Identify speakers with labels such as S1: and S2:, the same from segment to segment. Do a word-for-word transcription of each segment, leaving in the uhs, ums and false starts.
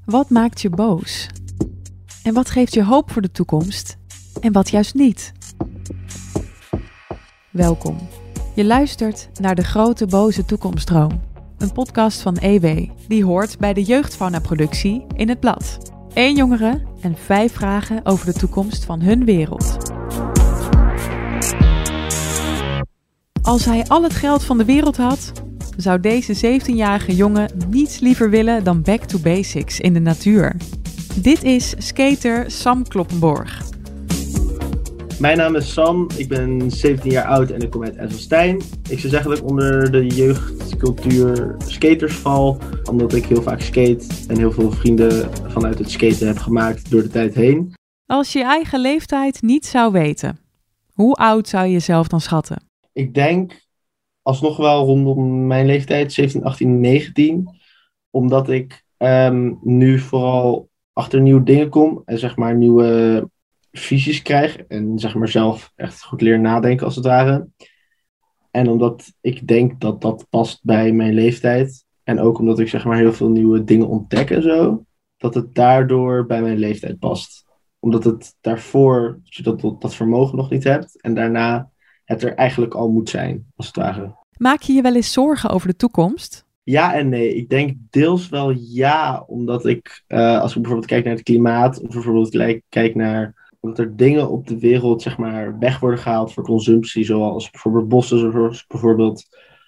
S1: Wat maakt je boos? En wat geeft je hoop voor de toekomst? En wat juist niet? Welkom. Je luistert naar De Grote Boze Toekomstdroom. Een podcast van E W die hoort bij de Jeugdfauna-productie in het blad. Eén jongere en vijf vragen over de toekomst van hun wereld. Als hij al het geld van de wereld had, zou deze zeventienjarige jongen niets liever willen dan back to basics in de natuur. Dit is skater Sam Kloppenborg.
S2: Mijn naam is Sam, ik ben zeventien jaar oud en ik kom uit IJsselstein. Ik zou zeggen dat ik onder de jeugdcultuur skaters val, omdat ik heel vaak skate en heel veel vrienden vanuit het skaten heb gemaakt door de tijd heen.
S1: Als je je eigen leeftijd niet zou weten, hoe oud zou je jezelf dan schatten?
S2: Ik denk alsnog wel rondom mijn leeftijd, zeventien, achttien, negentien. Omdat ik um, nu vooral achter nieuwe dingen kom en zeg maar nieuwe visies krijg. En zeg maar zelf echt goed leren nadenken als het ware. En omdat ik denk dat dat past bij mijn leeftijd. En ook omdat ik zeg maar heel veel nieuwe dingen ontdek en zo. Dat het daardoor bij mijn leeftijd past. Omdat het daarvoor, dat je dat, dat vermogen nog niet hebt. En daarna het er eigenlijk al moet zijn, als het ware.
S1: Maak je je wel eens zorgen over de toekomst?
S2: Ja en nee. Ik denk deels wel ja, omdat ik, uh, als ik bijvoorbeeld kijk naar het klimaat, of bijvoorbeeld kijk naar dat er dingen op de wereld, zeg maar, weg worden gehaald voor consumptie, zoals bijvoorbeeld bossen, zoals bijvoorbeeld,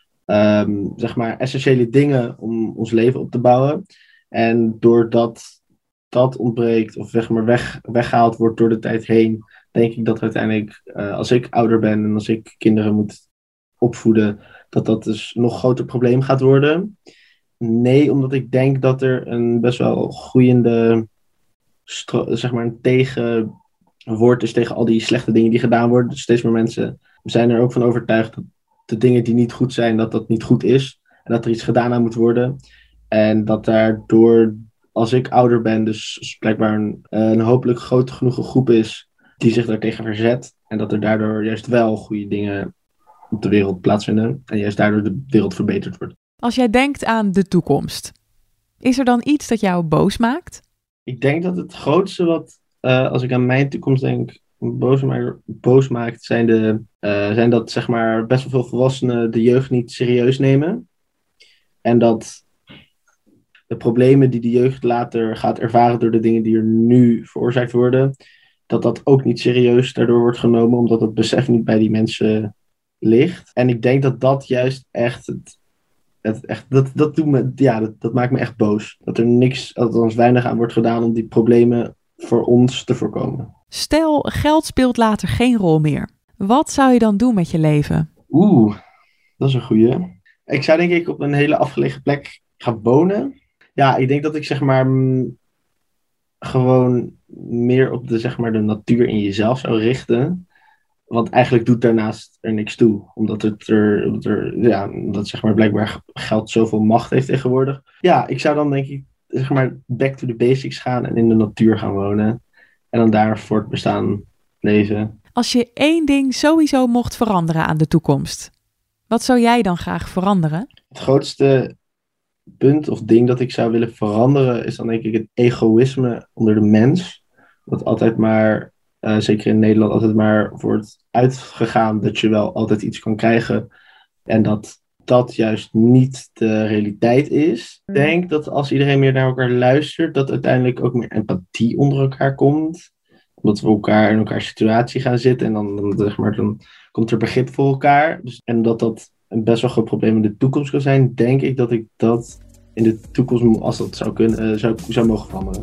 S2: um, zeg maar, essentiële dingen om ons leven op te bouwen. En doordat dat ontbreekt, of zeg maar weg, weggehaald wordt door de tijd heen, denk ik dat uiteindelijk, uh, als ik ouder ben en als ik kinderen moet opvoeden, dat dat dus nog groter probleem gaat worden. Nee, omdat ik denk dat er een best wel groeiende, stro- zeg maar een tegenwoord is tegen al die slechte dingen die gedaan worden. Dus steeds meer mensen zijn er ook van overtuigd dat de dingen die niet goed zijn, dat dat niet goed is. En dat er iets gedaan aan moet worden. En dat daardoor, als ik ouder ben, dus blijkbaar een, een hopelijk groot genoeg groep is die zich daartegen verzet. En dat er daardoor juist wel goede dingen op de wereld plaatsvinden. En juist daardoor de wereld verbeterd wordt.
S1: Als jij denkt aan de toekomst, is er dan iets dat jou boos maakt?
S2: Ik denk dat het grootste wat, uh, als ik aan mijn toekomst denk, boos, ma- boos maakt, zijn, de, uh, zijn dat zeg maar best wel veel volwassenen de jeugd niet serieus nemen. En dat de problemen die de jeugd later gaat ervaren door de dingen die er nu veroorzaakt worden, dat dat ook niet serieus daardoor wordt genomen, omdat het besef niet bij die mensen ligt. En ik denk dat dat juist echt, het, het echt dat, dat, doet me, ja, dat, dat maakt me echt boos. Dat er niks, althans weinig aan wordt gedaan om die problemen voor ons te voorkomen.
S1: Stel, geld speelt later geen rol meer. Wat zou je dan doen met je leven?
S2: Oeh, dat is een goeie. Ik zou denk ik op een hele afgelegen plek gaan wonen. Ja, ik denk dat ik zeg maar m, gewoon meer op de, zeg maar, de natuur in jezelf zou richten. Want eigenlijk doet daarnaast er niks toe. Omdat het er, omdat er ja, omdat zeg maar blijkbaar geld zoveel macht heeft tegenwoordig. Ja, ik zou dan denk ik, zeg maar, back to the basics gaan en in de natuur gaan wonen. En dan daar voor het bestaan leven.
S1: Als je één ding sowieso mocht veranderen aan de toekomst, wat zou jij dan graag veranderen?
S2: Het grootste punt of ding dat ik zou willen veranderen is dan denk ik het egoïsme onder de mens. Dat altijd maar, uh, zeker in Nederland, altijd maar wordt uitgegaan dat je wel altijd iets kan krijgen. En dat dat juist niet de realiteit is. Ik denk dat als iedereen meer naar elkaar luistert, dat uiteindelijk ook meer empathie onder elkaar komt. Omdat we elkaar in elkaars situatie gaan zitten en dan, dan, zeg maar, dan komt er begrip voor elkaar. Dus, en dat dat een best wel groot probleem in de toekomst kan zijn, denk ik dat ik dat in de toekomst, als dat zou kunnen, uh, zou, zou mogen veranderen.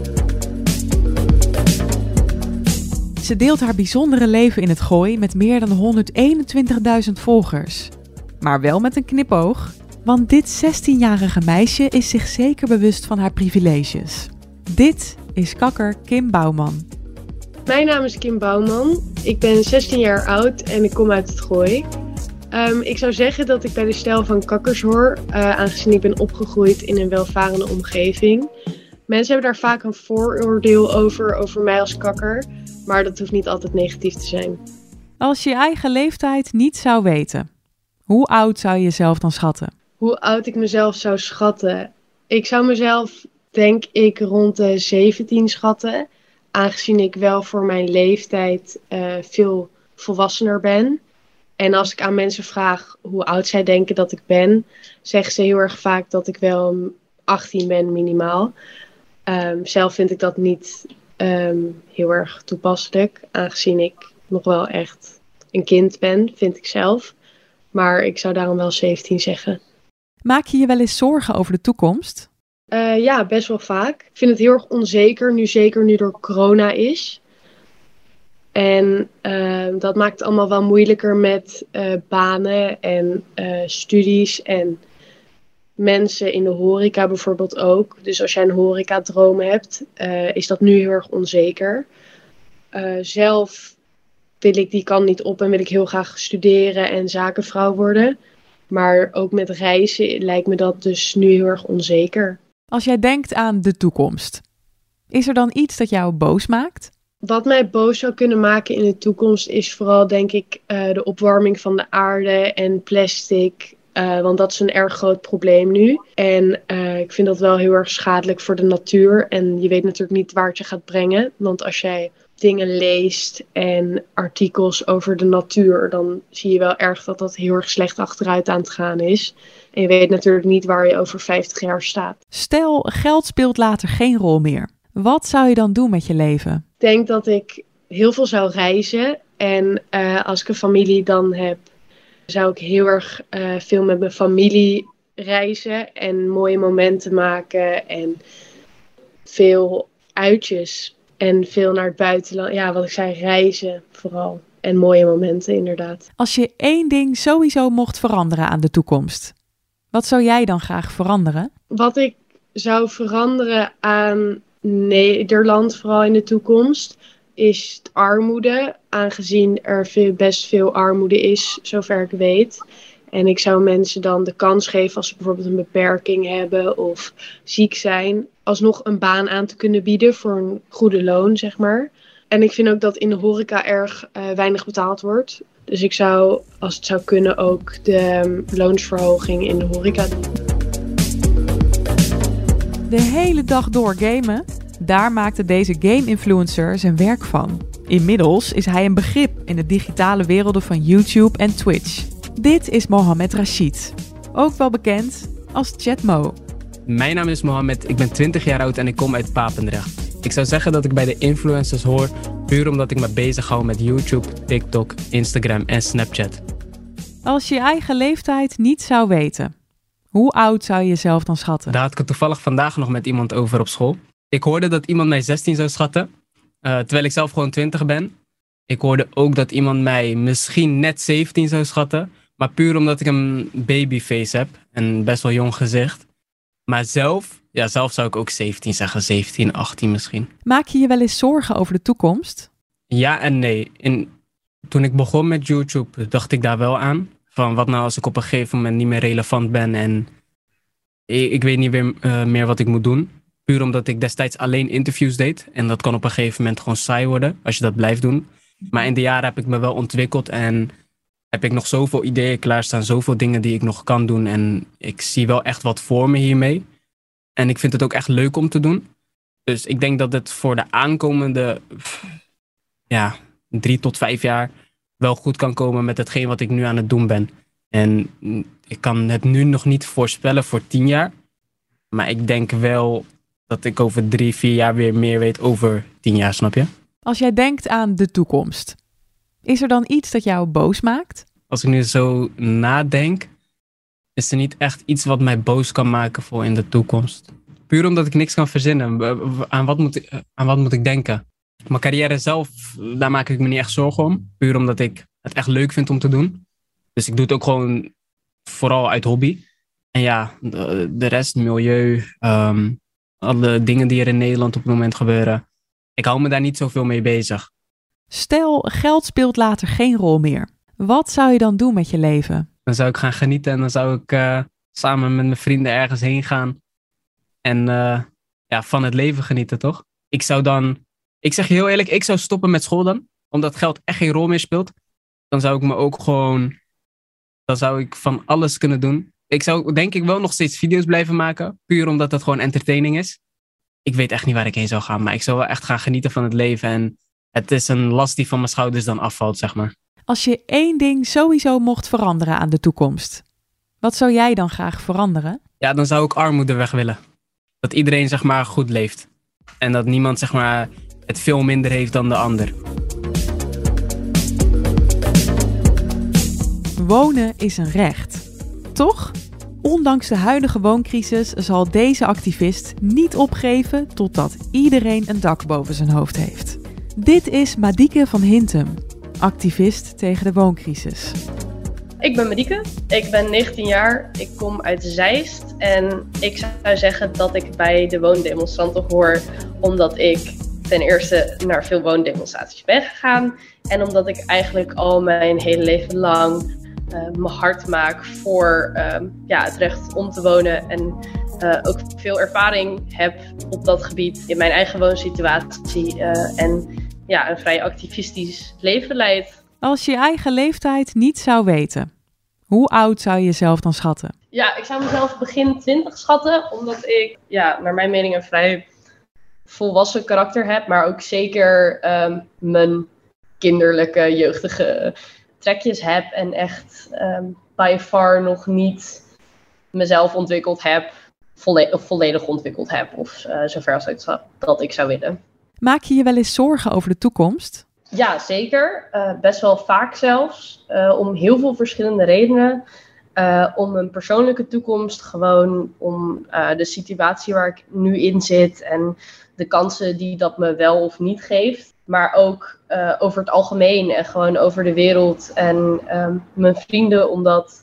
S1: Ze deelt haar bijzondere leven in het Gooi met meer dan honderdeenentwintigduizend volgers. Maar wel met een knipoog, want dit zestienjarige meisje is zich zeker bewust van haar privileges. Dit is kakker Kim Bouwman.
S3: Mijn naam is Kim Bouwman. Ik ben zestien jaar oud en ik kom uit het Gooi. Um, ik zou zeggen dat ik bij de stijl van kakkers hoor, uh, aangezien ik ben opgegroeid in een welvarende omgeving. Mensen hebben daar vaak een vooroordeel over, over mij als kakker, maar dat hoeft niet altijd negatief te zijn.
S1: Als je je eigen leeftijd niet zou weten, hoe oud zou je jezelf dan schatten?
S3: Hoe oud ik mezelf zou schatten? Ik zou mezelf denk ik rond de zeventien schatten. Aangezien ik wel voor mijn leeftijd uh, veel volwassener ben. En als ik aan mensen vraag hoe oud zij denken dat ik ben, zeggen ze heel erg vaak dat ik wel achttien ben minimaal. Um, zelf vind ik dat niet um, heel erg toepasselijk, aangezien ik nog wel echt een kind ben, vind ik zelf. Maar ik zou daarom wel zeventien zeggen.
S1: Maak je je wel eens zorgen over de toekomst?
S3: Uh, ja, best wel vaak. Ik vind het heel erg onzeker, nu zeker nu door corona is. En uh, dat maakt het allemaal wel moeilijker met uh, banen en uh, studies en mensen in de horeca bijvoorbeeld ook. Dus als jij een horecadroom hebt, uh, is dat nu heel erg onzeker. Uh, zelf wil ik die kant niet op en wil ik heel graag studeren en zakenvrouw worden. Maar ook met reizen lijkt me dat dus nu heel erg onzeker.
S1: Als jij denkt aan de toekomst, is er dan iets dat jou boos maakt?
S3: Wat mij boos zou kunnen maken in de toekomst is vooral, denk ik, uh, de opwarming van de aarde en plastic. Uh, want dat is een erg groot probleem nu. En uh, ik vind dat wel heel erg schadelijk voor de natuur. En je weet natuurlijk niet waar het je gaat brengen. Want als jij dingen leest en artikels over de natuur, dan zie je wel erg dat dat heel erg slecht achteruit aan het gaan is. En je weet natuurlijk niet waar je over vijftig jaar staat.
S1: Stel, geld speelt later geen rol meer. Wat zou je dan doen met je leven?
S3: Ik denk dat ik heel veel zou reizen. En uh, als ik een familie dan heb, zou ik heel erg uh, veel met mijn familie reizen. En mooie momenten maken. En veel uitjes. En veel naar het buitenland. Ja, wat ik zei, reizen vooral. En mooie momenten, inderdaad.
S1: Als je één ding sowieso mocht veranderen aan de toekomst, wat zou jij dan graag veranderen?
S3: Wat ik zou veranderen aan Nederland, vooral in de toekomst, is armoede. Aangezien er veel, best veel armoede is, zover ik weet. En ik zou mensen dan de kans geven, als ze bijvoorbeeld een beperking hebben of ziek zijn, alsnog een baan aan te kunnen bieden voor een goede loon, zeg maar. En ik vind ook dat in de horeca erg uh, weinig betaald wordt. Dus ik zou, als het zou kunnen, ook de um, loonsverhoging in de horeca doen.
S1: De hele dag door gamen? Daar maakte deze game-influencer zijn werk van. Inmiddels is hij een begrip in de digitale werelden van YouTube en Twitch. Dit is Mohamed Rashid, ook wel bekend als Chatmo.
S4: Mijn naam is Mohamed, ik ben twintig jaar oud en ik kom uit Papendrecht. Ik zou zeggen dat ik bij de influencers hoor, puur omdat ik me bezighoud met YouTube, TikTok, Instagram en Snapchat.
S1: Als je je eigen leeftijd niet zou weten, hoe oud zou je jezelf dan schatten?
S4: Daar had ik het toevallig vandaag nog met iemand over op school. Ik hoorde dat iemand mij zestien zou schatten, uh, terwijl ik zelf gewoon twintig ben. Ik hoorde ook dat iemand mij misschien net zeventien zou schatten, maar puur omdat ik een babyface heb en best wel jong gezicht. Maar zelf, ja, zelf zou ik ook zeventien zeggen, zeventien, achttien misschien.
S1: Maak je je wel eens zorgen over de toekomst?
S4: Ja en nee. In, toen ik begon met YouTube dacht ik daar wel aan. Van wat nou als ik op een gegeven moment niet meer relevant ben en ik, ik weet niet meer, uh, meer wat ik moet doen. Puur omdat ik destijds alleen interviews deed. En dat kan op een gegeven moment gewoon saai worden als je dat blijft doen. Maar in de jaren heb ik me wel ontwikkeld en heb ik nog zoveel ideeën klaarstaan. Zoveel dingen die ik nog kan doen. En ik zie wel echt wat voor me hiermee. En ik vind het ook echt leuk om te doen. Dus ik denk dat het voor de aankomende ja, drie tot vijf jaar wel goed kan komen met hetgeen wat ik nu aan het doen ben. En ik kan het nu nog niet voorspellen voor tien jaar. Maar ik denk wel dat ik over drie, vier jaar weer meer weet over tien jaar, snap je?
S1: Als jij denkt aan de toekomst, is er dan iets dat jou boos maakt?
S4: Als ik nu zo nadenk, is er niet echt iets wat mij boos kan maken voor in de toekomst. Puur omdat ik niks kan verzinnen. Aan wat moet ik, aan wat moet ik denken? Mijn carrière zelf, daar maak ik me niet echt zorgen om. Puur omdat ik het echt leuk vind om te doen. Dus ik doe het ook gewoon vooral uit hobby. En ja, de, de rest, milieu, um, alle dingen die er in Nederland op het moment gebeuren. Ik hou me daar niet zoveel mee bezig.
S1: Stel, geld speelt later geen rol meer. Wat zou je dan doen met je leven?
S4: Dan zou ik gaan genieten en dan zou ik uh, samen met mijn vrienden ergens heen gaan. En uh, ja, van het leven genieten, toch? Ik zou dan, ik zeg je heel eerlijk, ik zou stoppen met school dan. Omdat geld echt geen rol meer speelt. Dan zou ik me ook gewoon, dan zou ik van alles kunnen doen. Ik zou denk ik wel nog steeds video's blijven maken. Puur omdat dat gewoon entertaining is. ik weet echt niet waar ik heen zou gaan. Maar ik zou wel echt gaan genieten van het leven. En het is een last die van mijn schouders dan afvalt, zeg maar.
S1: Als je één ding sowieso mocht veranderen aan de toekomst, wat zou jij dan graag veranderen?
S4: Ja, dan zou ik armoede weg willen. Dat iedereen, zeg maar, goed leeft. En dat niemand, zeg maar, het veel minder heeft dan de ander.
S1: Wonen is een recht. Toch? Ondanks de huidige wooncrisis zal deze activist niet opgeven totdat iedereen een dak boven zijn hoofd heeft. Dit is Madieke van Hintem, activist tegen de wooncrisis.
S3: Ik ben Madieke, ik ben negentien jaar, ik kom uit Zeist en ik zou zeggen dat ik bij de woondemonstranten hoor omdat ik ten eerste naar veel woondemonstraties ben gegaan en omdat ik eigenlijk al mijn hele leven lang uh, mijn hart maak voor uh, ja, het recht om te wonen en uh, ook veel ervaring heb op dat gebied in mijn eigen woonsituatie uh, en ja, een vrij activistisch leven leidt.
S1: Als je je eigen leeftijd niet zou weten, hoe oud zou je jezelf dan schatten?
S3: Ja, ik zou mezelf begin twintig schatten, omdat ik, ja, naar mijn mening een vrij volwassen karakter heb, maar ook zeker um, mijn kinderlijke, jeugdige trekjes heb en echt um, by far nog niet mezelf ontwikkeld heb, volle- of volledig ontwikkeld heb, of uh, zover als ik zou, dat ik zou willen.
S1: Maak je je wel eens zorgen over de toekomst?
S3: Ja, zeker. Uh, best wel vaak zelfs. Uh, om heel veel verschillende redenen. Uh, om een persoonlijke toekomst, gewoon om uh, de situatie waar ik nu in zit en de kansen die dat me wel of niet geeft. Maar ook uh, over het algemeen en gewoon over de wereld en um, mijn vrienden, omdat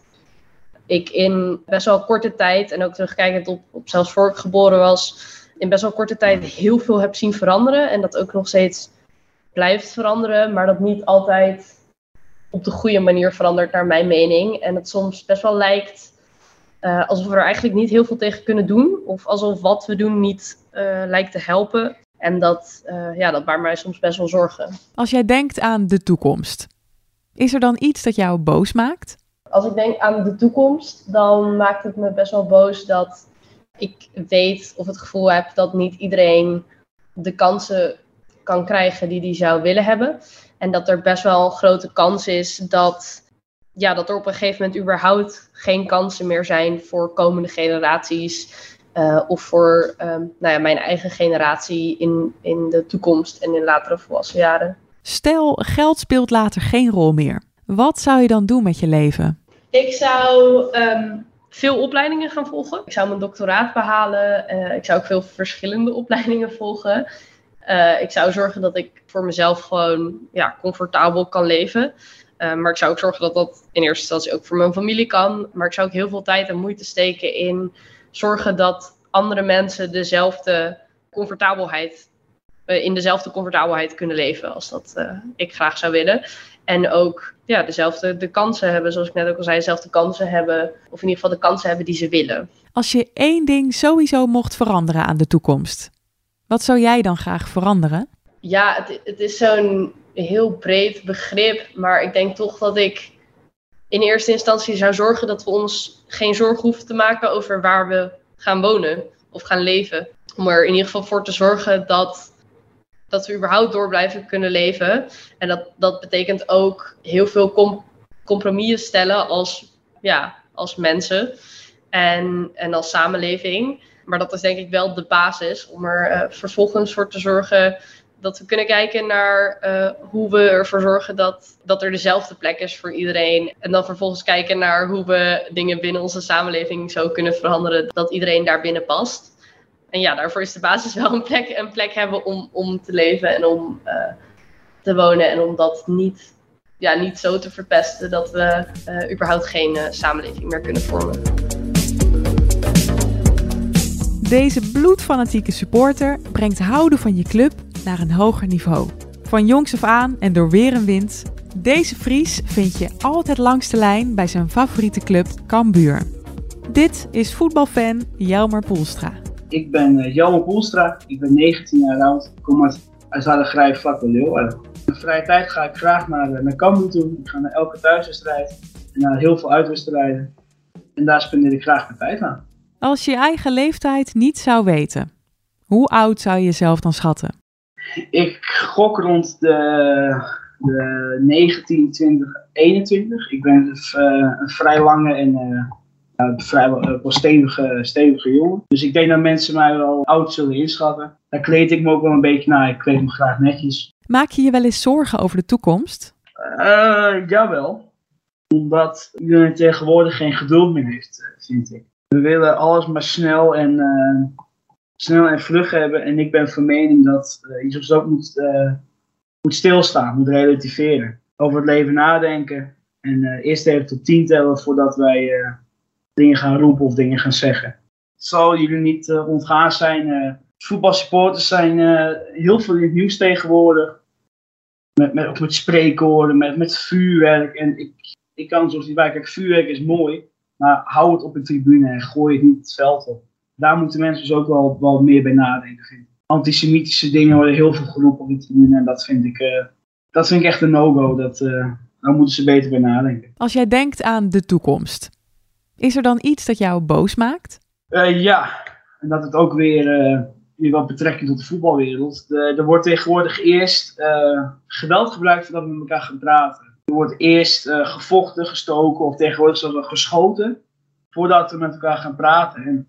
S3: ik in best wel korte tijd, en ook terugkijkend op, op zelfs voor ik geboren was, in best wel korte tijd heel veel heb zien veranderen en dat ook nog steeds blijft veranderen, maar dat niet altijd op de goede manier verandert naar mijn mening. En het soms best wel lijkt uh, alsof we er eigenlijk niet heel veel tegen kunnen doen. Of alsof wat we doen niet uh, lijkt te helpen. En dat, uh, ja, dat baart mij soms best wel zorgen.
S1: Als jij denkt aan de toekomst, is er dan iets dat jou boos maakt?
S3: Als ik denk aan de toekomst, dan maakt het me best wel boos dat ik weet of het gevoel heb dat niet iedereen de kansen kan krijgen die die zou willen hebben. En dat er best wel een grote kans is dat, ja, dat er op een gegeven moment überhaupt geen kansen meer zijn voor komende generaties. Uh, of voor um, nou ja, mijn eigen generatie in, in de toekomst en in latere volwassen jaren.
S1: Stel, geld speelt later geen rol meer. Wat zou je dan doen met je leven?
S3: Ik zou um, veel opleidingen gaan volgen. Ik zou mijn doctoraat behalen. Uh, ik zou ook veel verschillende opleidingen volgen. Uh, ik zou zorgen dat ik voor mezelf gewoon ja, comfortabel kan leven. Uh, maar ik zou ook zorgen dat dat in eerste instantie ook voor mijn familie kan. Maar ik zou ook heel veel tijd en moeite steken in zorgen dat andere mensen dezelfde comfortabelheid, uh, in dezelfde comfortabelheid kunnen leven als dat uh, ik graag zou willen. En ook ja, dezelfde de kansen hebben, zoals ik net ook al zei, dezelfde kansen hebben. Of in ieder geval de kansen hebben die ze willen.
S1: Als je één ding sowieso mocht veranderen aan de toekomst, wat zou jij dan graag veranderen?
S3: Ja, het, het is zo'n heel breed begrip. Maar ik denk toch dat ik in eerste instantie zou zorgen dat we ons geen zorgen hoeven te maken over waar we gaan wonen of gaan leven. Om er in ieder geval voor te zorgen dat, dat we überhaupt door blijven kunnen leven. En dat, dat betekent ook heel veel com- compromissen stellen als, ja, als mensen en, en als samenleving. Maar dat is denk ik wel de basis om er uh, vervolgens voor te zorgen dat we kunnen kijken naar uh, hoe we ervoor zorgen dat, dat er dezelfde plek is voor iedereen. En dan vervolgens kijken naar hoe we dingen binnen onze samenleving zo kunnen veranderen dat iedereen daar binnen past. En ja, daarvoor is de basis wel een plek, een plek hebben om, om te leven en om uh, te wonen. En om dat niet, ja, niet zo te verpesten dat we uh, überhaupt geen uh, samenleving meer kunnen vormen.
S1: Deze bloedfanatieke supporter brengt houden van je club naar een hoger niveau. Van jongs af aan en door weer en wind. Deze Fries vind je altijd langs de lijn bij zijn favoriete club Cambuur. Dit is voetbalfan Jelmer Poelstra.
S5: Ik ben uh, Jelmer Poelstra, ik ben negentien jaar oud, ik kom uit, uit Hardergrijp, vlak bij Leeuwarden. In de vrije tijd ga ik graag naar, uh, naar Cambuur toe. Ik ga naar elke thuiswedstrijd en naar heel veel uitwedstrijden. En daar spendeer ik graag mijn tijd aan.
S1: Als je je eigen leeftijd niet zou weten, Hoe oud zou je jezelf dan schatten?
S5: Ik gok rond de, de negentien, twintig, eenentwintig. Ik ben uh, een vrij lange en uh, uh, vrij uh, wel stevige, stevige jongen. Dus ik denk dat mensen mij wel oud zullen inschatten. Daar kleed ik me ook wel een beetje naar. Ik kleed me graag netjes.
S1: Maak je je wel eens zorgen over de toekomst?
S5: Uh, jawel. Omdat iedereen tegenwoordig geen geduld meer heeft, vind ik. We willen alles maar snel en, uh, snel en vlug hebben. En ik ben van mening dat uh, je soms ook moet, uh, moet stilstaan, moet relativeren. Over het leven nadenken. En uh, eerst even tot tien tellen voordat wij uh, dingen gaan roepen of dingen gaan zeggen. Het zal jullie niet uh, ontgaan zijn. Uh, voetbalsupporters zijn uh, heel veel in het nieuws tegenwoordig. Met, met, ook met spreekwoorden, met, met vuurwerk. En ik, ik kan zoals die bij, kijk, vuurwerk is mooi. Maar hou het op de tribune en gooi het niet het veld op. Daar moeten mensen dus ook wel, wel meer bij nadenken, vind ik. Antisemitische dingen worden heel veel geroepen op de tribune. En dat vind ik, uh, dat vind ik echt een no-go. Dat, uh, daar moeten ze beter bij nadenken.
S1: Als jij denkt aan de toekomst, is er dan iets dat jou boos maakt?
S5: Uh, ja, en dat het ook weer, uh, weer wat betrekking tot de voetbalwereld. De, er wordt tegenwoordig eerst uh, geweld gebruikt voordat we met elkaar gaan praten. Er wordt eerst uh, gevochten, gestoken of tegenwoordig zelfs wel geschoten voordat we met elkaar gaan praten. En,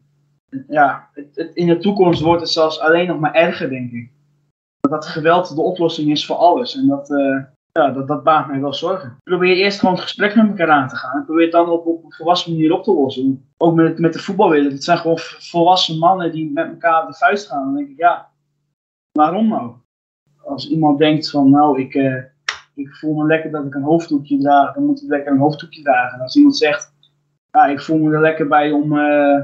S5: ja, het, het, in de toekomst wordt het zelfs alleen nog maar erger, denk ik. Dat geweld de oplossing is voor alles. En dat, uh, ja, dat, dat baart mij wel zorgen. Probeer eerst gewoon het gesprek met elkaar aan te gaan. En probeer het dan op, op een volwassen manier op te lossen. Ook met, met de voetbalwereld. Het zijn gewoon volwassen mannen die met elkaar op de vuist gaan. Dan denk ik, ja, waarom nou? Als iemand denkt van, nou, ik, uh, ik voel me lekker dat ik een hoofddoekje draag, dan moet ik lekker een hoofddoekje dragen. En als iemand zegt, ja, ik voel me er lekker bij om... Uh,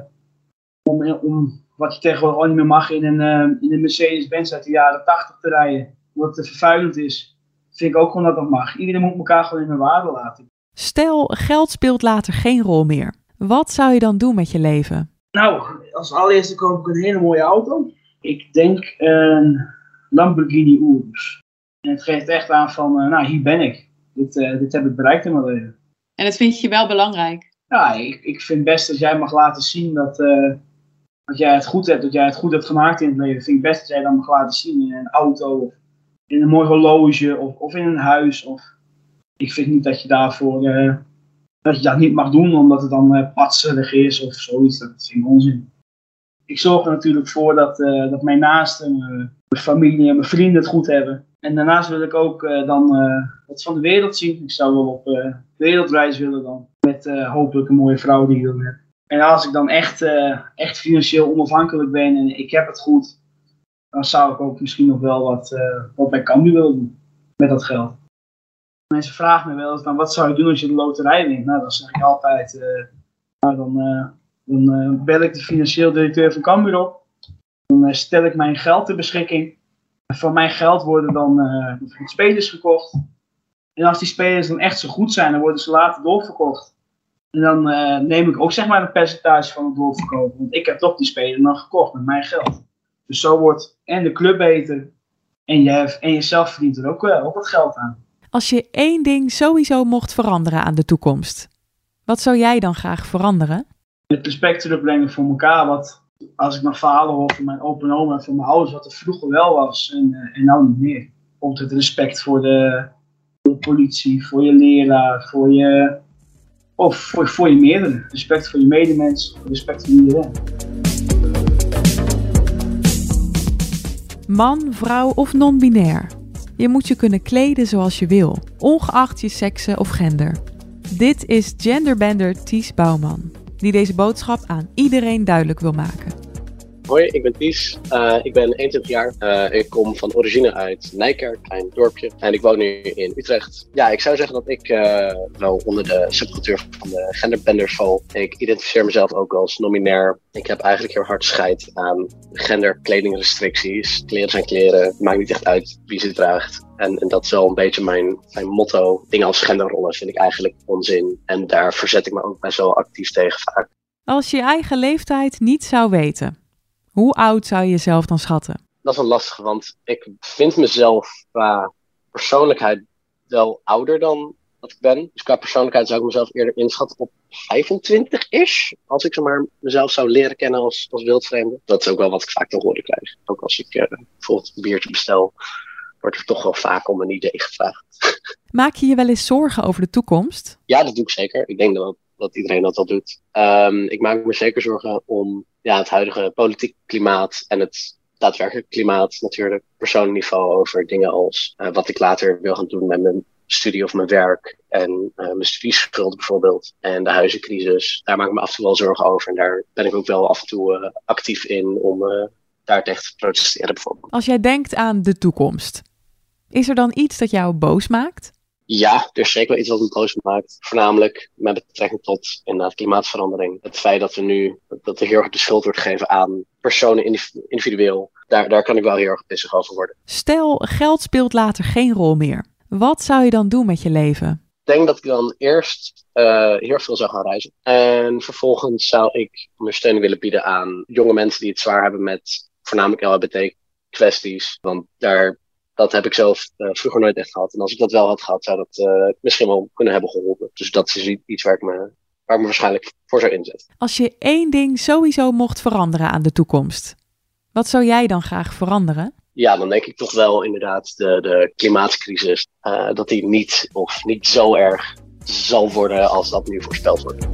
S5: Om, om wat je tegenwoordig al niet meer mag in een, uh, in een Mercedes-Benz uit de jaren tachtig te rijden. Omdat het vervuilend is. Vind ik ook gewoon dat dat mag. Iedereen moet elkaar gewoon in hun waarde laten.
S1: Stel, geld speelt later geen rol meer. Wat zou je dan doen met je leven?
S5: Nou, als allereerste koop ik een hele mooie auto. Ik denk een Lamborghini Urus. En het geeft echt aan van, uh, nou hier ben ik. Dit, uh, dit heb ik bereikt in mijn leven.
S6: En dat vind je wel belangrijk?
S5: Ja, ik, ik vind best dat jij mag laten zien dat... Uh, dat jij het goed hebt, dat jij het goed hebt gemaakt in het leven. Vind ik best dat jij dat mag laten zien in een auto, of in een mooi horloge, of, of in een huis. Of... Ik vind niet dat je daarvoor, uh, dat je dat niet mag doen, omdat het dan uh, patserig is of zoiets. Dat vind ik onzin. Ik zorg er natuurlijk voor dat, uh, dat mijn naasten, uh, mijn familie en mijn vrienden het goed hebben. En daarnaast wil ik ook uh, dan uh, wat van de wereld zien. Ik zou wel op uh, wereldreis willen dan. Met uh, hopelijk een mooie vrouw die ik dan heb. En als ik dan echt, uh, echt financieel onafhankelijk ben en ik heb het goed, dan zou ik ook misschien nog wel wat, uh, wat bij Cambuur willen doen met dat geld. Mensen vragen me wel eens dan, wat zou je doen als je de loterij wint? Nou, dan zeg ik altijd, uh, nou, dan, uh, dan uh, bel ik de financieel directeur van Cambuur op. Dan uh, stel ik mijn geld ter beschikking. En van mijn geld worden dan uh, spelers gekocht. En als die spelers dan echt zo goed zijn, dan worden ze later doorverkocht. En dan uh, neem ik ook zeg maar een percentage van het doorverkopen. Want ik heb toch die speler dan gekocht met mijn geld. Dus zo wordt en de club beter. En, je, en jezelf verdient er ook, uh, ook wat geld aan.
S1: Als je één ding sowieso mocht veranderen aan de toekomst. Wat zou jij dan graag veranderen?
S5: Het respect terugbrengen voor elkaar. Wat als ik mijn vader hoor van mijn opa en oma en van mijn ouders. Wat er vroeger wel was en, uh, en nou niet meer. Ook het respect voor de, voor de politie, voor je leraar, voor je... Of voor, voor je meerdere. Respect voor je medemens, respect voor iedereen.
S1: Man, vrouw of non-binair. Je moet je kunnen kleden zoals je wil, ongeacht je sekse of gender. Dit is genderbender Ties Bouwman, die deze boodschap aan iedereen duidelijk wil maken.
S7: Hoi, ik ben Ties. Uh, ik ben eenentwintig jaar. Uh, ik kom van origine uit Nijkerk, een klein dorpje. En ik woon nu in Utrecht. Ja, ik zou zeggen dat ik uh, wel onder de subcultuur van de genderbenders val. Ik identificeer mezelf ook als non-binair. Ik heb eigenlijk heel hard scheid aan genderkledingrestricties. Kleren zijn kleren. Maakt niet echt uit wie ze draagt. En, en dat is wel een beetje mijn, mijn motto. Dingen als genderrollen vind ik eigenlijk onzin. En daar verzet ik me ook best wel actief tegen vaak.
S1: Als je je eigen leeftijd niet zou weten, hoe oud zou je jezelf dan schatten?
S7: Dat is een lastige, want ik vind mezelf qua persoonlijkheid wel ouder dan wat ik ben. Dus qua persoonlijkheid zou ik mezelf eerder inschatten op vijfentwintig-ish. Als ik zeg maar, mezelf zou leren kennen als, als wildvreemde. Dat is ook wel wat ik vaak te horen krijg. Ook als ik uh, bijvoorbeeld een biertje bestel, wordt er toch wel vaak om een idee gevraagd.
S1: Maak je je wel eens zorgen over de toekomst?
S7: Ja, dat doe ik zeker. Ik denk dat, dat iedereen dat al doet. Um, ik maak me zeker zorgen om ja, het huidige politiek klimaat en het daadwerkelijk klimaat natuurlijk. Persoonlijk niveau over dingen als uh, wat ik later wil gaan doen met mijn studie of mijn werk. En uh, mijn studieschuld bijvoorbeeld. En de huizencrisis. Daar maak ik me af en toe wel zorgen over. En daar ben ik ook wel af en toe uh, actief in om uh, daar tegen te protesteren bijvoorbeeld.
S1: Als jij denkt aan de toekomst, is er dan iets dat jou boos maakt?
S7: Ja, er is zeker wel iets wat me boos maakt. Voornamelijk met betrekking tot inderdaad klimaatverandering. Het feit dat we nu, dat er heel erg de schuld wordt gegeven aan personen individueel. Daar, daar kan ik wel heel erg pissig over worden.
S1: Stel, geld speelt later geen rol meer. Wat zou je dan doen met je leven?
S7: Ik denk dat ik dan eerst uh, heel veel zou gaan reizen. En vervolgens zou ik ondersteuning willen bieden aan jonge mensen die het zwaar hebben met voornamelijk L H B T kwesties. Want daar... Dat heb ik zelf uh, vroeger nooit echt gehad. En als ik dat wel had gehad, zou dat uh, misschien wel kunnen hebben geholpen. Dus dat is iets waar ik, me, waar ik me waarschijnlijk voor zou inzetten.
S1: Als je één ding sowieso mocht veranderen aan de toekomst, wat zou jij dan graag veranderen?
S7: Ja, dan denk ik toch wel inderdaad de, de klimaatcrisis. Uh, dat die niet of niet zo erg zal worden als dat nu voorspeld wordt.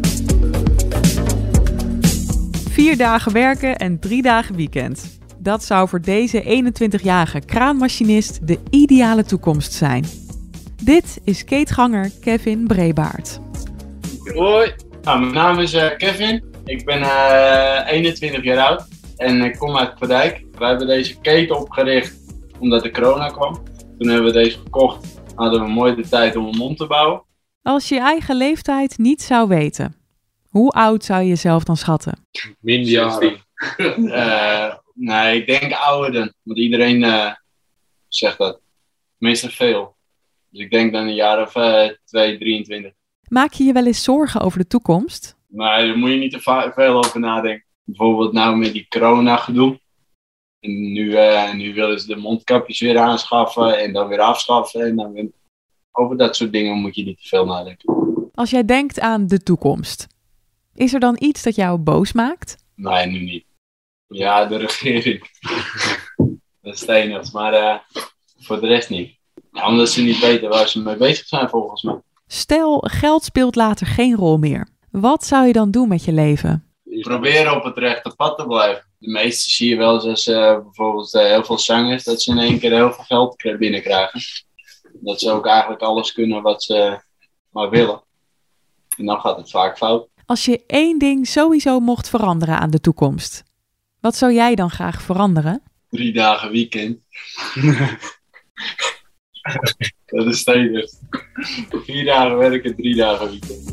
S1: Vier dagen werken en drie dagen weekend. Dat zou voor deze eenentwintigjarige kraanmachinist de ideale toekomst zijn. Dit is keetganger Kevin Brebaert.
S8: Hoi, nou, mijn naam is uh, Kevin. Ik ben uh, eenentwintig jaar oud en ik kom uit Verdijk. We hebben deze keten opgericht omdat de corona kwam. Toen hebben we deze gekocht, hadden we mooi de tijd om een mond te bouwen.
S1: Als je je eigen leeftijd niet zou weten, hoe oud zou je jezelf dan schatten?
S8: Minder jaren. uh, Nee, ik denk ouder dan. Want iedereen uh, zegt dat. Meestal veel. Dus ik denk dan een jaar of uh, twee, drieëntwintig.
S1: Maak je je wel eens zorgen over de toekomst?
S8: Nee, daar moet je niet te va- veel over nadenken. Bijvoorbeeld nou met die corona gedoe. En nu, uh, nu willen ze de mondkapjes weer aanschaffen en dan weer afschaffen. En dan weer... Over dat soort dingen moet je niet te veel nadenken.
S1: Als jij denkt aan de toekomst, is er dan iets dat jou boos maakt?
S8: Nee, nu niet. Ja, de regering. Dat is het enige. Maar uh, voor de rest niet. Ja, omdat ze niet weten waar ze mee bezig zijn volgens mij.
S1: Stel, geld speelt later geen rol meer. Wat zou je dan doen met je leven?
S8: Proberen op het rechte pad te blijven. De meeste zie je wel eens als uh, bijvoorbeeld uh, heel veel zangers, dat ze in één keer heel veel geld binnenkrijgen. Dat ze ook eigenlijk alles kunnen wat ze maar willen. En dan gaat het vaak fout.
S1: Als je één ding sowieso mocht veranderen aan de toekomst, wat zou jij dan graag veranderen?
S8: Drie dagen weekend. Dat is stevig. Vier dagen werken, drie dagen weekend.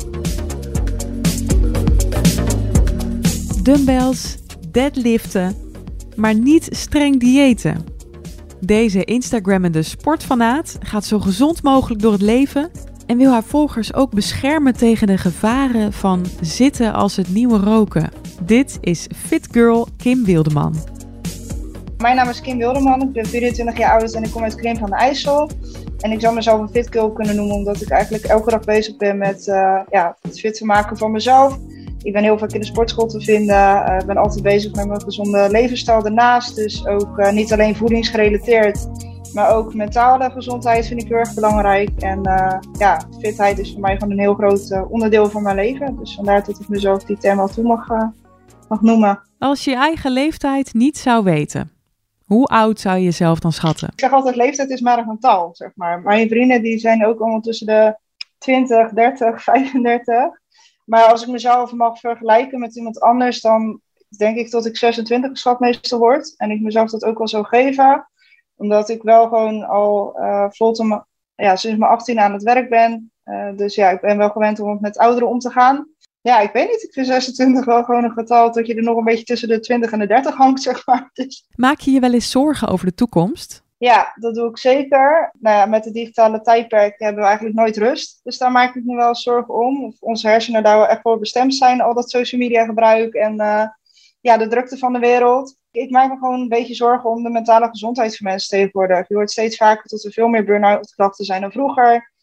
S1: Dumbbells, deadliften, maar niet streng diëten. Deze Instagrammende sportfanaat gaat zo gezond mogelijk door het leven en wil haar volgers ook beschermen tegen de gevaren van zitten als het nieuwe roken. Dit is Fit Girl Kim Wildeman.
S9: Mijn naam is Kim Wildeman, ik ben vierentwintig jaar oud en ik kom uit Krimp aan de IJssel. En ik zou mezelf een fit girl kunnen noemen omdat ik eigenlijk elke dag bezig ben met uh, ja, het fit te maken van mezelf. Ik ben heel vaak in de sportschool te vinden, ik uh, ben altijd bezig met mijn gezonde levensstijl daarnaast. Dus ook uh, niet alleen voedingsgerelateerd, maar ook mentale gezondheid vind ik heel erg belangrijk. En uh, ja, fitheid is voor mij gewoon een heel groot uh, onderdeel van mijn leven. Dus vandaar dat ik mezelf die term al toe mag, uh, mag noemen.
S1: Als je je eigen leeftijd niet zou weten, hoe oud zou je jezelf dan schatten?
S9: Ik zeg altijd, leeftijd is maar een getal, zeg maar. Mijn vrienden die zijn ook allemaal tussen de twintig, dertig, vijfendertig. Maar als ik mezelf mag vergelijken met iemand anders, dan denk ik dat ik zesentwintig geschat meestal word. En ik mezelf dat ook wel zou geven. Omdat ik wel gewoon al uh, vlot om, ja, sinds mijn achttien aan het werk ben. Uh, dus ja, ik ben wel gewend om met ouderen om te gaan. Ja, ik weet niet. Ik vind zesentwintig wel gewoon een getal dat je er nog een beetje tussen de twintig en de dertig hangt, zeg maar. Dus...
S1: Maak je je wel eens zorgen over de toekomst?
S9: Ja, dat doe ik zeker. Nou ja, met het digitale tijdperk hebben we eigenlijk nooit rust. Dus daar maak ik me wel zorgen om. Of onze hersenen daar wel echt voor bestemd zijn. Al dat social media gebruik en uh, ja, de drukte van de wereld. Ik maak me gewoon een beetje zorgen om de mentale gezondheid van mensen tegenwoordig. Je hoort steeds vaker dat er veel meer burn-out klachten zijn dan vroeger.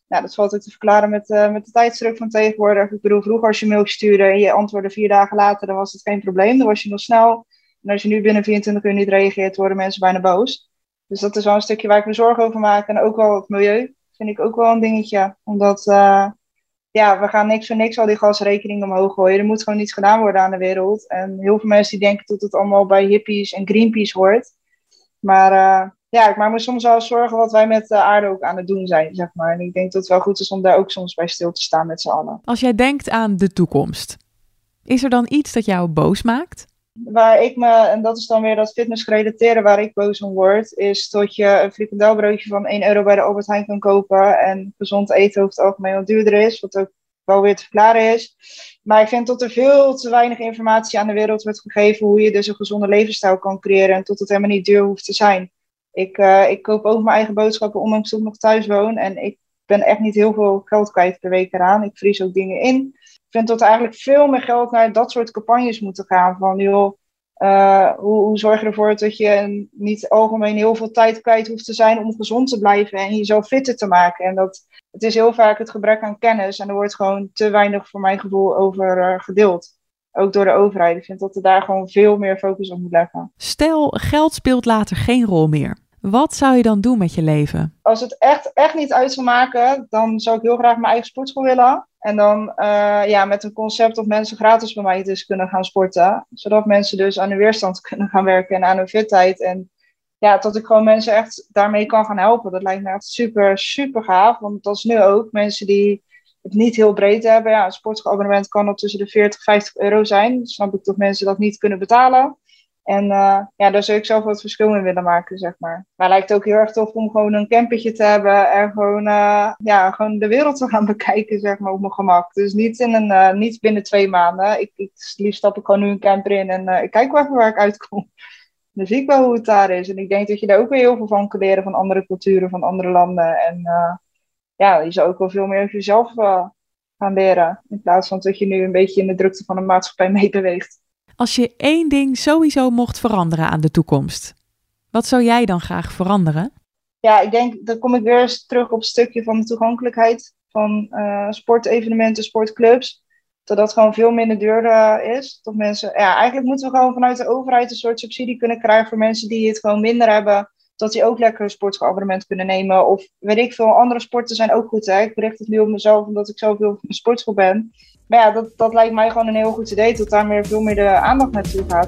S9: Nou, dat valt ook te verklaren met, uh, met de tijdsdruk van tegenwoordig. Ik bedoel, vroeger als je mail stuurde en je antwoordde vier dagen later, dan was het geen probleem. Dan was je nog snel. En als je nu binnen vierentwintig uur niet reageert, worden mensen bijna boos. Dus dat is wel een stukje waar ik me zorgen over maak. En ook wel het milieu vind ik ook wel een dingetje. Omdat, uh, ja, we gaan niks voor niks al die gasrekeningen omhoog gooien. Er moet gewoon iets gedaan worden aan de wereld. En heel veel mensen die denken dat het allemaal bij hippies en Greenpeace hoort. Maar uh, ja, ik maak me soms wel zorgen wat wij met de aarde ook aan het doen zijn, zeg maar. En ik denk dat het wel goed is om daar ook soms bij stil te staan met z'n allen.
S1: Als jij denkt aan de toekomst, is er dan iets dat jou boos maakt?
S9: Waar ik me, en dat is dan weer dat fitnessgerelateerde waar ik boos om word, is dat je een frikandelbroodje van één euro bij de Albert Heijn kan kopen en gezond eten over het algemeen wat duurder is, wat ook wel weer te verklaren is. Maar ik vind dat er veel te weinig informatie aan de wereld wordt gegeven hoe je dus een gezonde levensstijl kan creëren en tot het helemaal niet duur hoeft te zijn. Ik, uh, ik koop ook mijn eigen boodschappen, ondanks dat ik nog thuis woon. En ik ben echt niet heel veel geld kwijt per week eraan. Ik vries ook dingen in. Ik vind dat er eigenlijk veel meer geld naar dat soort campagnes moeten gaan. Van, joh, uh, hoe, hoe zorg je ervoor dat je niet algemeen heel veel tijd kwijt hoeft te zijn om gezond te blijven en jezelf fitter te maken. En dat, het is heel vaak het gebrek aan kennis. En er wordt gewoon te weinig, voor mijn gevoel, over uh, gedeeld. Ook door de overheid. Ik vind dat er daar gewoon veel meer focus op moet leggen.
S1: Stel, geld speelt later geen rol meer. Wat zou je dan doen met je leven?
S9: Als het echt, echt niet uit zou maken, dan zou ik heel graag mijn eigen sportschool willen. En dan uh, ja, met een concept dat mensen gratis bij mij dus kunnen gaan sporten. Zodat mensen dus aan hun weerstand kunnen gaan werken en aan hun fitheid. En ja, dat ik gewoon mensen echt daarmee kan gaan helpen. Dat lijkt me echt super, super gaaf. Want dat is nu ook mensen die het niet heel breed hebben. Ja, een sportschoolabonnement kan al tussen de veertig, vijftig euro zijn. Dan snap ik dat mensen dat niet kunnen betalen. En uh, ja, daar zou ik zelf wat verschil in willen maken, zeg maar. Maar het lijkt ook heel erg tof om gewoon een campertje te hebben en gewoon, uh, ja, gewoon de wereld te gaan bekijken, zeg maar, op mijn gemak. Dus niet, in een, uh, niet binnen twee maanden. Ik, ik, liefst stap ik gewoon nu een camper in en uh, ik kijk wel even waar ik uitkom. Dan zie ik wel hoe het daar is. En ik denk dat je daar ook weer heel veel van kan leren van andere culturen, van andere landen. En uh, ja, je zou ook wel veel meer over jezelf uh, gaan leren. In plaats van dat je nu een beetje in de drukte van de maatschappij meebeweegt.
S1: Als je één ding sowieso mocht veranderen aan de toekomst, wat zou jij dan graag veranderen?
S9: Ja, ik denk, dan kom ik weer eens terug op het stukje van de toegankelijkheid van uh, sportevenementen, sportclubs. Dat dat gewoon veel minder duur uh, is. Dat mensen, ja, eigenlijk moeten we gewoon vanuit de overheid een soort subsidie kunnen krijgen voor mensen die het gewoon minder hebben. Dat die ook lekker een sportschoolabonnement kunnen nemen. Of weet ik veel, andere sporten zijn ook goed. Hè? Ik bericht het nu op mezelf omdat ik zoveel van de sportschool ben. Maar ja, dat, dat lijkt mij gewoon een heel goed idee. Dat daar meer, veel meer de aandacht naartoe gaat.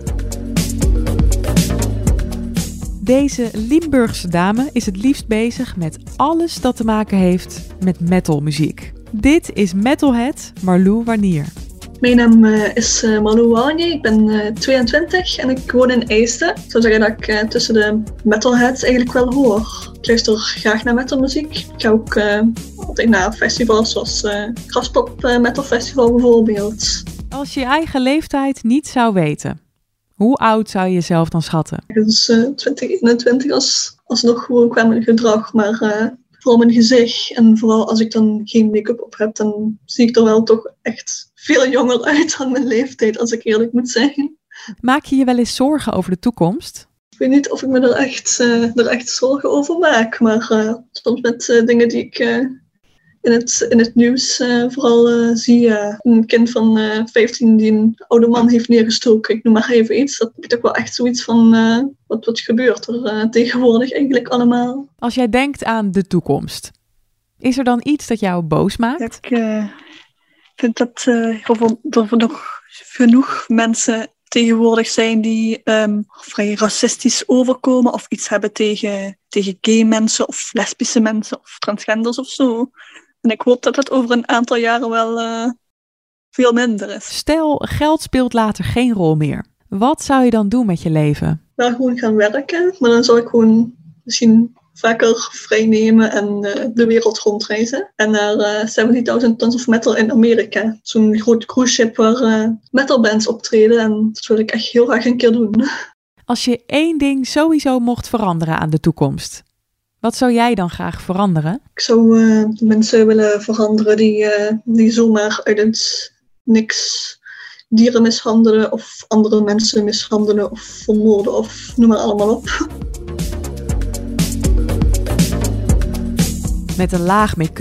S1: Deze Limburgse dame is het liefst bezig met alles dat te maken heeft met metalmuziek. Dit is metalhead Marlou Warnier.
S10: Mijn naam uh, is uh, Marlou Warnier, ik ben uh, tweeëntwintig en ik woon in Eijsden. Ik zou zeggen dat ik uh, tussen de metalheads eigenlijk wel hoor. Ik luister graag naar metalmuziek. Ik ga ook uh, altijd naar festivals zoals uh, Graspop uh, Metal Festival bijvoorbeeld.
S1: Als je je eigen leeftijd niet zou weten, hoe oud zou je jezelf dan schatten?
S10: Dus uh, twintig eenentwintig als, alsnog gewoon qua mijn gedrag, maar uh, vooral mijn gezicht. En vooral als ik dan geen make-up op heb, dan zie ik er wel toch echt veel jonger uit dan mijn leeftijd, als ik eerlijk moet zijn.
S1: Maak je je wel eens zorgen over de toekomst?
S10: Ik weet niet of ik me er echt, uh, er echt zorgen over maak, maar uh, soms met uh, dingen die ik uh, in, het, in het nieuws uh, vooral uh, zie. Uh, een kind van uh, vijftien die een oude man heeft neergestoken, ik noem maar even iets. Dat heb ik ook wel echt zoiets van, uh, wat, wat gebeurt er uh, tegenwoordig eigenlijk allemaal.
S1: Als jij denkt aan de toekomst, is er dan iets dat jou boos maakt?
S11: Ja, ik uh, vind dat uh, er nog genoeg mensen tegenwoordig zijn die um, vrij racistisch overkomen of iets hebben tegen, tegen gay mensen of lesbische mensen of transgenders of zo. En ik hoop dat dat over een aantal jaren wel uh, veel minder is.
S1: Stel, geld speelt later geen rol meer. Wat zou je dan doen met je leven?
S10: Wel gewoon gaan werken, maar dan zou ik gewoon misschien vaker vrij nemen en uh, de wereld rondreizen. En naar uh, zeventigduizend Tons of Metal in Amerika. Zo'n groot cruise ship waar uh, metalbands optreden. En dat wil ik echt heel graag een keer doen.
S1: Als je één ding sowieso mocht veranderen aan de toekomst, wat zou jij dan graag veranderen?
S10: Ik zou uh, mensen willen veranderen die, uh, die zomaar uit het niks dieren mishandelen of andere mensen mishandelen of vermoorden of noem maar allemaal op.
S1: Met een laag make-up,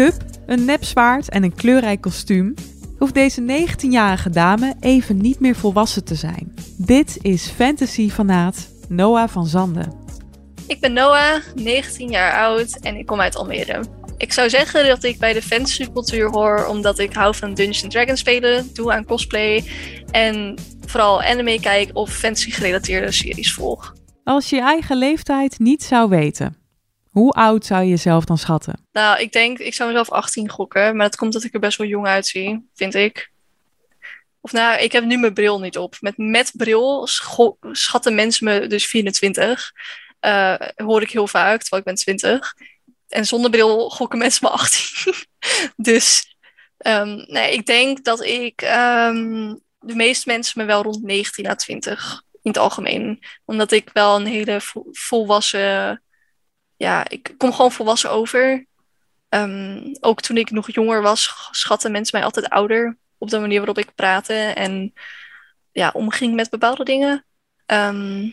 S1: Een nepzwaard en een kleurrijk kostuum hoeft deze negentienjarige dame even niet meer volwassen te zijn. Dit is fantasy-fanaat Noah van Zanden.
S12: Ik ben Noah, negentien jaar oud en ik kom uit Almere. Ik zou zeggen dat ik bij de fantasycultuur hoor omdat ik hou van Dungeons and Dragons spelen, doe aan cosplay en vooral anime kijk of fantasy-gerelateerde series volg.
S1: Als je je eigen leeftijd niet zou weten, hoe oud zou je jezelf dan schatten?
S12: Nou, ik denk, ik zou mezelf achttien gokken, maar dat komt dat ik er best wel jong uitzie, vind ik. Of nou, ik heb nu mijn bril niet op. Met, met bril scho- schatten mensen me dus vierentwintig. Uh, hoor ik heel vaak, terwijl ik ben twintig. En zonder bril gokken mensen me achttien. Dus um, nee, ik denk dat ik um, de meeste mensen me wel rond negentien à twintig in het algemeen. Omdat ik wel een hele vo- volwassen... Ja, ik kom gewoon volwassen over. Um, ook toen ik nog jonger was, schatten mensen mij altijd ouder. Op de manier waarop ik praatte en ja, omging met bepaalde dingen. Um,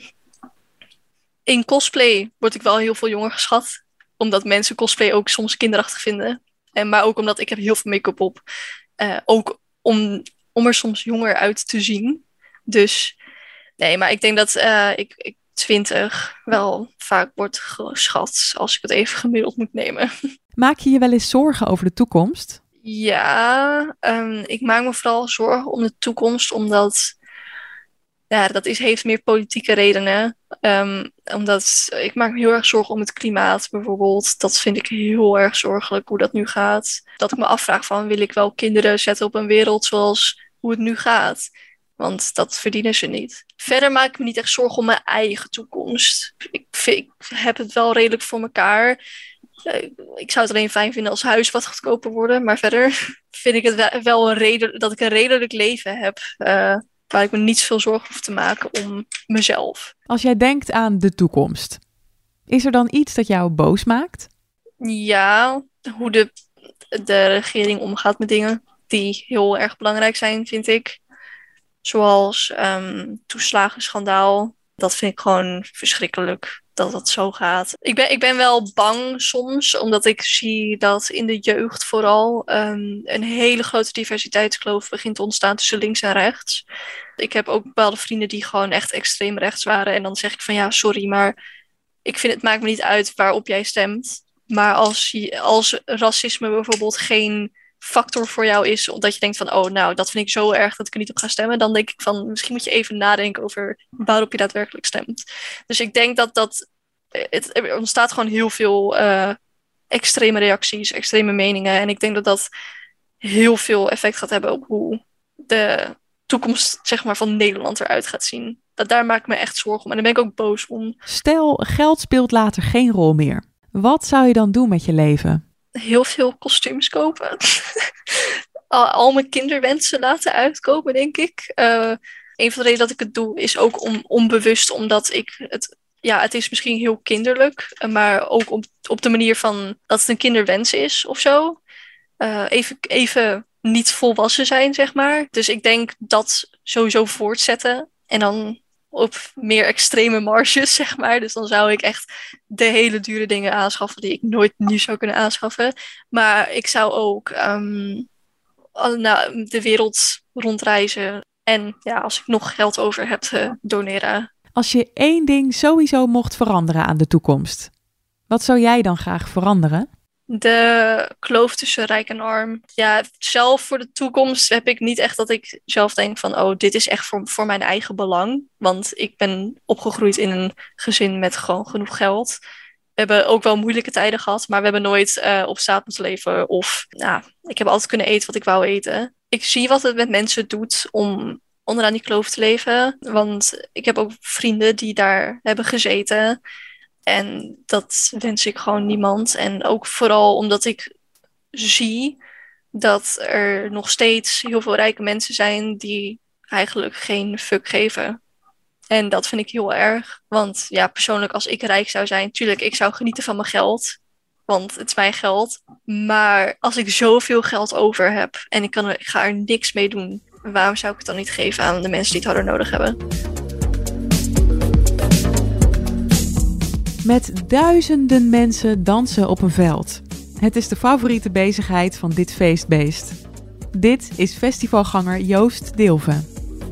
S12: in cosplay word ik wel heel veel jonger geschat. Omdat mensen cosplay ook soms kinderachtig vinden. En, maar ook omdat ik heb heel veel make-up op. Uh, ook om, om er soms jonger uit te zien. Dus nee, maar ik denk dat uh, ik, ik twintig wel vaak wordt geschat. Als ik het even gemiddeld moet nemen.
S1: Maak je je wel eens zorgen over de toekomst?
S12: Ja, um, ik maak me vooral zorgen om de toekomst. Omdat ja, dat is, heeft meer politieke redenen. Um, omdat ik maak me heel erg zorgen om het klimaat bijvoorbeeld. Dat vind ik heel erg zorgelijk hoe dat nu gaat. Dat ik me afvraag van wil ik wel kinderen zetten op een wereld zoals hoe het nu gaat. Want dat verdienen ze niet. Verder maak ik me niet echt zorgen om mijn eigen toekomst. Ik, vind, ik heb het wel redelijk voor elkaar. Uh, ik zou het alleen fijn vinden als huis wat goedkoper worden. Maar verder vind ik het wel een reden dat ik een redelijk leven heb. Uh, waar ik me niet zoveel zorgen hoef te maken om mezelf.
S1: Als jij denkt aan de toekomst, is er dan iets dat jou boos maakt?
S12: Ja, hoe de, de regering omgaat met dingen die heel erg belangrijk zijn, vind ik. Zoals um, toeslagenschandaal. Dat vind ik gewoon verschrikkelijk dat dat zo gaat. Ik ben, ik ben wel bang soms, omdat ik zie dat in de jeugd vooral um, een hele grote diversiteitskloof begint te ontstaan tussen links en rechts. Ik heb ook bepaalde vrienden die gewoon echt extreem rechts waren. En dan zeg ik van ja, sorry, maar ik vind het maakt me niet uit waarop jij stemt. Maar als, je, als racisme bijvoorbeeld geen factor voor jou is, omdat je denkt van oh, nou, dat vind ik zo erg dat ik er niet op ga stemmen, dan denk ik van misschien moet je even nadenken over waarop je daadwerkelijk stemt. Dus ik denk dat dat het, er ontstaat gewoon heel veel uh, extreme reacties, extreme meningen en ik denk dat dat heel veel effect gaat hebben op hoe de toekomst zeg maar van Nederland eruit gaat zien. Dat, daar maak ik me echt zorgen om en daar ben ik ook boos om.
S1: Stel, geld speelt later geen rol meer. Wat zou je dan doen met je leven?
S12: Heel veel kostuums kopen. al, al mijn kinderwensen laten uitkomen, denk ik. Uh, een van de redenen dat ik het doe is ook om, onbewust, omdat ik het... Ja, het is misschien heel kinderlijk, maar ook op, op de manier van dat het een kinderwens is of zo. Uh, even, even niet volwassen zijn, zeg maar. Dus ik denk dat sowieso voortzetten en dan op meer extreme marges, zeg maar. Dus dan zou ik echt de hele dure dingen aanschaffen die ik nooit nu zou kunnen aanschaffen. Maar ik zou ook um, nou, de wereld rondreizen. En ja, als ik nog geld over heb, uh, doneren.
S1: Als je één ding sowieso mocht veranderen aan de toekomst, wat zou jij dan graag veranderen?
S12: De kloof tussen rijk en arm. Ja, zelf voor de toekomst heb ik niet echt dat ik zelf denk van oh, dit is echt voor, voor mijn eigen belang. Want ik ben opgegroeid in een gezin met gewoon genoeg geld. We hebben ook wel moeilijke tijden gehad, maar we hebben nooit uh, op straat moeten leven. Of nou, ik heb altijd kunnen eten wat ik wou eten. Ik zie wat het met mensen doet om onderaan die kloof te leven. Want ik heb ook vrienden die daar hebben gezeten. En dat wens ik gewoon niemand. En ook vooral omdat ik zie dat er nog steeds heel veel rijke mensen zijn die eigenlijk geen fuck geven. En dat vind ik heel erg. Want ja, persoonlijk als ik rijk zou zijn, tuurlijk, ik zou genieten van mijn geld. Want het is mijn geld. Maar als ik zoveel geld over heb en ik, kan er, ik ga er niks mee doen, waarom zou ik het dan niet geven aan de mensen die het harder nodig hebben?
S1: Met duizenden mensen dansen op een veld. Het is de favoriete bezigheid van dit feestbeest. Dit is festivalganger Joost Dilven.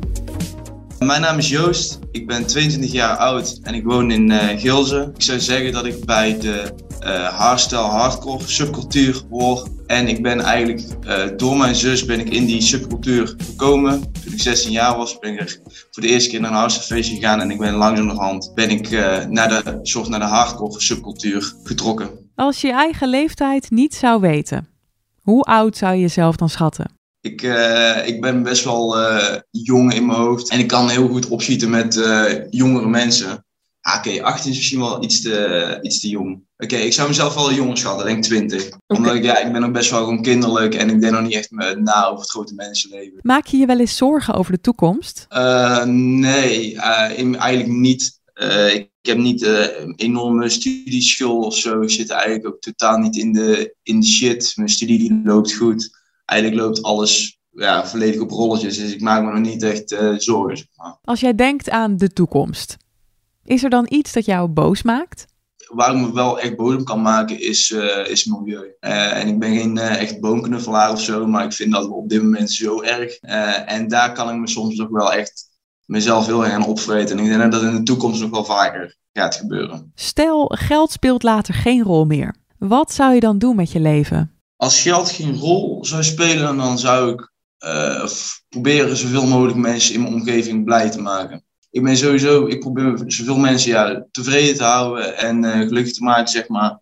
S13: Mijn naam is Joost, ik ben tweeëntwintig jaar oud en ik woon in uh, Gilze. Ik zou zeggen dat ik bij de uh, hardstyle hardcore subcultuur hoor. En ik ben eigenlijk, uh, door mijn zus ben ik in die subcultuur gekomen. Toen ik zestien jaar was, ben ik er voor de eerste keer naar een hardstylefeestje gegaan. En ik ben langzamerhand ben ik uh, naar de soort naar de hardcore subcultuur getrokken.
S1: Als je je eigen leeftijd niet zou weten, hoe oud zou je jezelf dan schatten?
S13: Ik, uh, ik ben best wel uh, jong in mijn hoofd en ik kan heel goed opschieten met uh, jongere mensen. Ah, Oké, okay, achttien is misschien wel iets te, iets te jong. Oké, okay, ik zou mezelf wel jonger schatten, denk twintig. Okay. Omdat ik, ja, ik ben ook best wel gewoon kinderlijk en ik denk nog niet echt na over het grote mensenleven.
S1: Maak je je wel eens zorgen over de toekomst?
S13: Uh, nee, uh, eigenlijk niet. Uh, ik heb niet uh, een enorme studieschuld of zo. Ik zit eigenlijk ook totaal niet in de, in de shit. Mijn studie die loopt goed. Eigenlijk loopt alles ja, volledig op rolletjes, dus ik maak me nog niet echt uh, zorgen. Zeg maar.
S1: Als jij denkt aan de toekomst, is er dan iets dat jou boos maakt?
S13: Waar ik me wel echt boos op kan maken is, uh, is milieu. Uh, en ik ben geen uh, echt boomknuffelaar of zo, maar ik vind dat op dit moment zo erg. Uh, en daar kan ik me soms nog wel echt mezelf heel erg aan opvreten. En ik denk dat dat in de toekomst nog wel vaker gaat gebeuren.
S1: Stel, geld speelt later geen rol meer. Wat zou je dan doen met je leven?
S13: Als geld geen rol zou spelen, dan zou ik uh, proberen zoveel mogelijk mensen in mijn omgeving blij te maken. Ik ben sowieso, ik probeer zoveel mensen ja, tevreden te houden en uh, gelukkig te maken, zeg maar.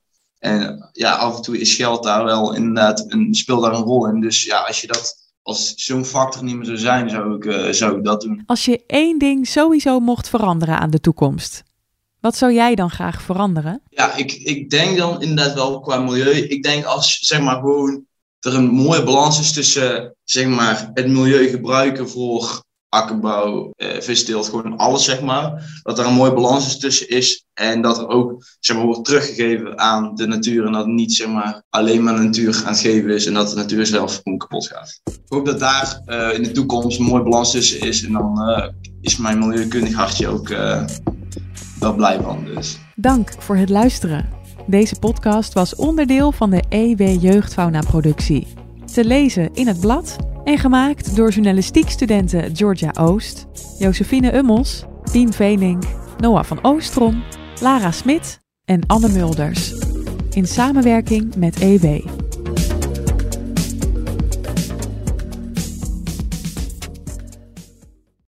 S13: En ja, af en toe is geld daar wel inderdaad een, speelt daar een rol in. Dus ja, als je dat, als zo'n factor niet meer zou zijn, zou ik, uh, zou ik dat doen.
S1: Als je één ding sowieso mocht veranderen aan de toekomst, wat zou jij dan graag veranderen?
S13: Ja, ik, ik denk dan inderdaad wel qua milieu. Ik denk als zeg maar gewoon er een mooie balans is tussen zeg maar het milieu gebruiken voor akkerbouw, eh, vissteelt, gewoon alles zeg maar. Dat er een mooie balans is tussen is en dat er ook zeg maar wordt teruggegeven aan de natuur en dat het niet zeg maar alleen maar de natuur aan het geven is en dat de natuur zelf gewoon kapot gaat. Ik hoop dat daar uh, in de toekomst een mooie balans tussen is en dan uh, is mijn milieukundig hartje ook uh, wel blij van. Dus.
S1: Dank voor het luisteren. Deze podcast was onderdeel van de E W Jeugdfauna productie. Te lezen in het blad en gemaakt door journalistiekstudenten Georgia Oost, Josephine Ummels, Pien Veenink, Noah van Oostrom, Lara Smit en Anne Mulders. In samenwerking met E W.